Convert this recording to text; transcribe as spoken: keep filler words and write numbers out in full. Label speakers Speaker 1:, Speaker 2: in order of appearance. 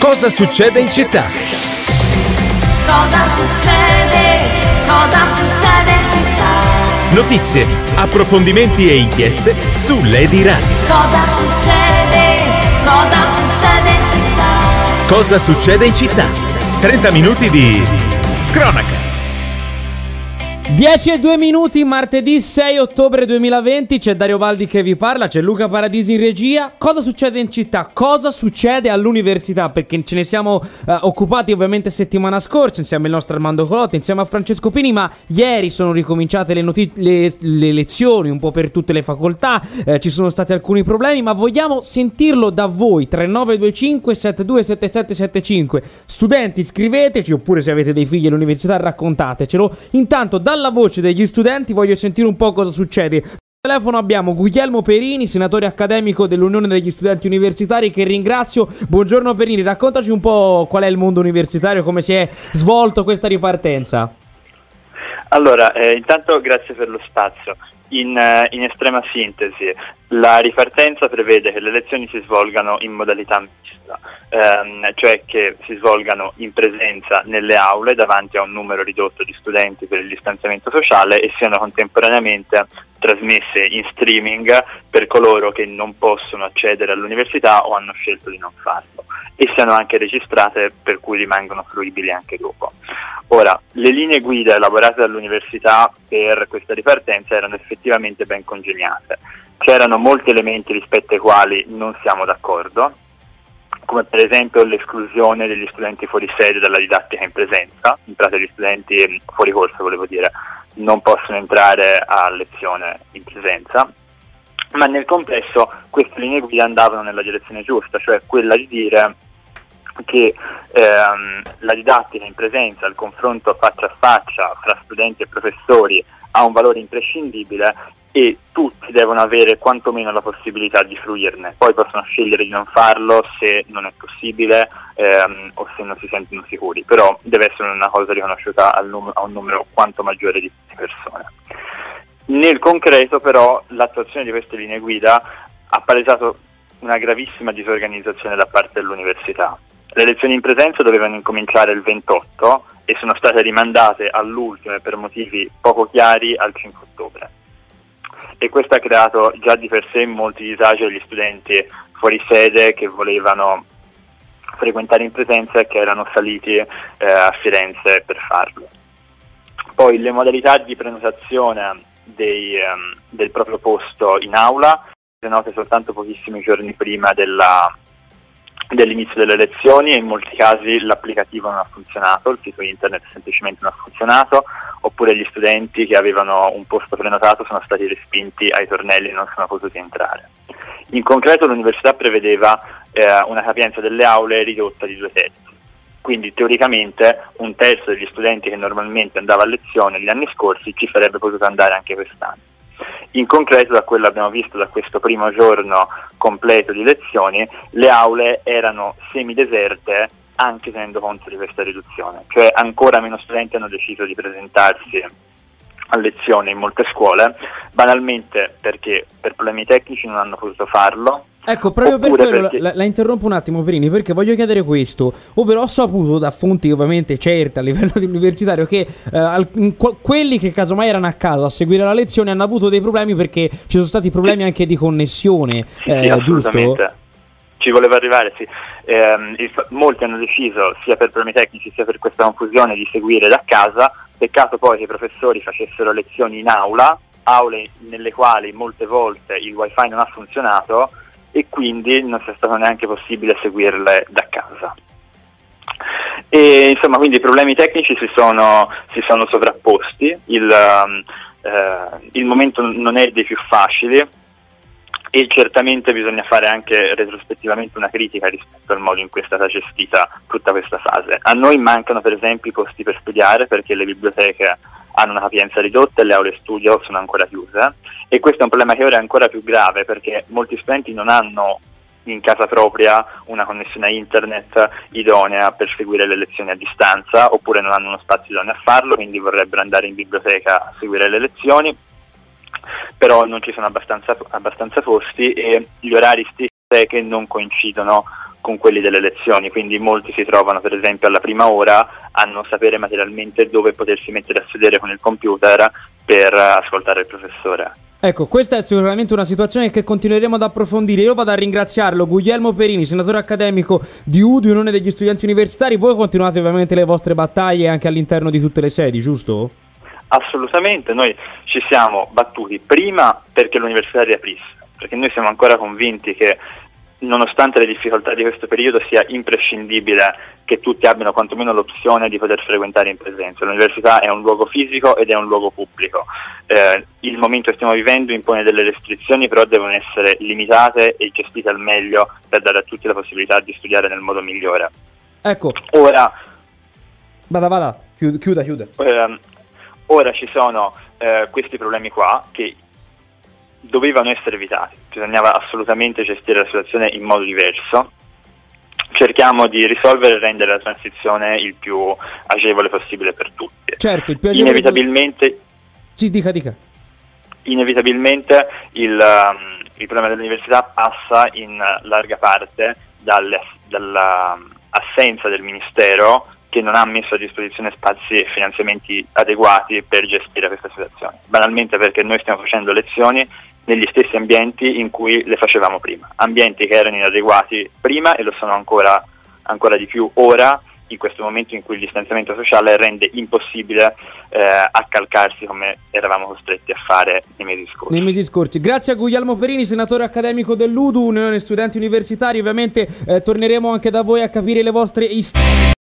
Speaker 1: Cosa succede in città?
Speaker 2: Cosa succede? Cosa succede in città?
Speaker 1: Notizie, approfondimenti e inchieste su Lady Radio.
Speaker 2: Cosa succede? Cosa succede in città?
Speaker 1: Cosa succede in città? trenta minuti di cronaca.
Speaker 3: dieci e due minuti, martedì sei ottobre duemilaventi, c'è Dario Baldi che vi parla, c'è Luca Paradisi in regia. Cosa succede in città? Cosa succede all'università? Perché ce ne siamo eh, occupati ovviamente settimana scorsa insieme al nostro Armando Colotti, insieme a Francesco Pini, ma ieri sono ricominciate le, noti- le, le lezioni un po' per tutte le facoltà, eh, ci sono stati alcuni problemi, ma vogliamo sentirlo da voi. Tre nove due cinque sette due sette sette sette cinque. Studenti, scriveteci, oppure se avete dei figli all'università raccontatecelo. Intanto dalla voce degli studenti voglio sentire un po' cosa succede. Al telefono abbiamo Guglielmo Perini, senatore accademico dell'Unione degli Studenti Universitari, che ringrazio. Buongiorno Perini, raccontaci un po' qual è il mondo universitario, come si è svolto questa ripartenza.
Speaker 4: Allora, eh, intanto grazie per lo spazio. In, eh, in estrema sintesi, la ripartenza prevede che le lezioni si svolgano in modalità mista, ehm, cioè che si svolgano in presenza nelle aule davanti a un numero ridotto di studenti per il distanziamento sociale e siano contemporaneamente trasmesse in streaming per coloro che non possono accedere all'università o hanno scelto di non farlo, e siano anche registrate per cui rimangono fruibili anche dopo. Ora, le linee guida elaborate dall'università per questa ripartenza erano effettivamente ben congegnate. C'erano molti elementi rispetto ai quali non siamo d'accordo, come per esempio l'esclusione degli studenti fuori sede dalla didattica in presenza. In pratica gli studenti fuori corso, volevo dire, non possono entrare a lezione in presenza, ma nel complesso queste linee guida andavano nella direzione giusta, cioè quella di dire che ehm, la didattica in presenza, il confronto faccia a faccia fra studenti e professori ha un valore imprescindibile e tutti devono avere quantomeno la possibilità di fruirne. Poi possono scegliere di non farlo se non è possibile ehm, o se non si sentono sicuri, però deve essere una cosa riconosciuta al num- a un numero quanto maggiore di persone. Nel concreto però l'attuazione di queste linee guida ha palesato una gravissima disorganizzazione da parte dell'università. Le lezioni in presenza dovevano incominciare il ventotto e sono state rimandate all'ultimo e per motivi poco chiari al cinque ottobre. E questo ha creato già di per sé molti disagi agli studenti fuori sede che volevano frequentare in presenza e che erano saliti eh, a Firenze per farlo. Poi le modalità di prenotazione dei, um, del proprio posto in aula sono note soltanto pochissimi giorni prima della dell'inizio delle lezioni e in molti casi l'applicativo non ha funzionato, il sito internet semplicemente non ha funzionato, oppure gli studenti che avevano un posto prenotato sono stati respinti ai tornelli e non sono potuti entrare. In concreto l'università prevedeva eh, una capienza delle aule ridotta di due terzi, quindi teoricamente un terzo degli studenti che normalmente andava a lezione gli anni scorsi ci sarebbe potuto andare anche quest'anno. In concreto, da quello abbiamo visto da questo primo giorno completo di lezioni, le aule erano semideserte anche tenendo conto di questa riduzione, cioè ancora meno studenti hanno deciso di presentarsi a lezione in molte scuole, banalmente perché per problemi tecnici non hanno potuto farlo.
Speaker 3: Ecco, proprio per quello
Speaker 4: perché...
Speaker 3: la, la interrompo un attimo Perini, perché voglio chiedere questo, ovvero ho saputo da fonti ovviamente certe a livello universitario che eh, alc- qu- quelli che casomai erano a casa a seguire la lezione hanno avuto dei problemi perché ci sono stati problemi anche di connessione,
Speaker 4: sì,
Speaker 3: eh,
Speaker 4: sì,
Speaker 3: giusto?
Speaker 4: Assolutamente. Ci voleva arrivare, sì. Eh, il, molti hanno deciso, sia per problemi tecnici sia per questa confusione, di seguire da casa. Peccato poi che i professori facessero lezioni in aula, aule nelle quali molte volte il wifi non ha funzionato e quindi non sia stato neanche possibile seguirle da casa. E insomma, quindi i problemi tecnici si sono, si sono sovrapposti, il, eh, il momento non è dei più facili e certamente bisogna fare anche retrospettivamente una critica rispetto al modo in cui è stata gestita tutta questa fase. A noi mancano per esempio i posti per studiare perché le biblioteche hanno una capienza ridotta e le aule studio sono ancora chiuse, e questo è un problema che ora è ancora più grave perché molti studenti non hanno in casa propria una connessione a internet idonea per seguire le lezioni a distanza, oppure non hanno uno spazio idoneo a farlo, quindi vorrebbero andare in biblioteca a seguire le lezioni, però non ci sono abbastanza, abbastanza posti e gli orari stessi che non coincidono con quelli delle lezioni, quindi molti si trovano per esempio alla prima ora a non sapere materialmente dove potersi mettere a sedere con il computer per ascoltare il professore.
Speaker 3: Ecco, questa è sicuramente una situazione che continueremo ad approfondire. Io vado a ringraziarlo, Guglielmo Perini, senatore accademico di U D U, Unione degli Studenti Universitari. Voi continuate ovviamente le vostre battaglie anche all'interno di tutte le sedi, giusto?
Speaker 4: Assolutamente, noi ci siamo battuti prima perché l'università riaprisse, perché noi siamo ancora convinti che nonostante le difficoltà di questo periodo sia imprescindibile che tutti abbiano quantomeno l'opzione di poter frequentare in presenza. L'università è un luogo fisico ed è un luogo pubblico. Eh, il momento che stiamo vivendo impone delle restrizioni, però devono essere limitate e gestite al meglio per dare a tutti la possibilità di studiare nel modo migliore.
Speaker 3: Ecco.
Speaker 4: Ora,
Speaker 3: vada, vada, chiuda, chiuda. chiuda.
Speaker 4: Ehm, ora ci sono eh, questi problemi qua che dovevano essere evitati, bisognava assolutamente gestire la situazione in modo diverso. Cerchiamo di risolvere e rendere la transizione il più agevole possibile per tutti.
Speaker 3: Certo, il più agevole.
Speaker 4: Inevitabilmente,
Speaker 3: sì, dica, dica.
Speaker 4: Inevitabilmente il, um, il problema dell'università passa in larga parte dalle, dall'assenza del Ministero, che non ha messo a disposizione spazi e finanziamenti adeguati per gestire questa situazione, banalmente perché noi stiamo facendo lezioni negli stessi ambienti in cui le facevamo prima, ambienti che erano inadeguati prima e lo sono ancora, ancora di più ora, in questo momento in cui il distanziamento sociale rende impossibile eh, accalcarsi come eravamo costretti a fare nei mesi scorsi.
Speaker 3: Nei mesi scorsi. Grazie a Guglielmo Perini, senatore accademico dell'U D U, Unione Studenti Universitari. Ovviamente eh, torneremo anche da voi a capire le vostre istanze.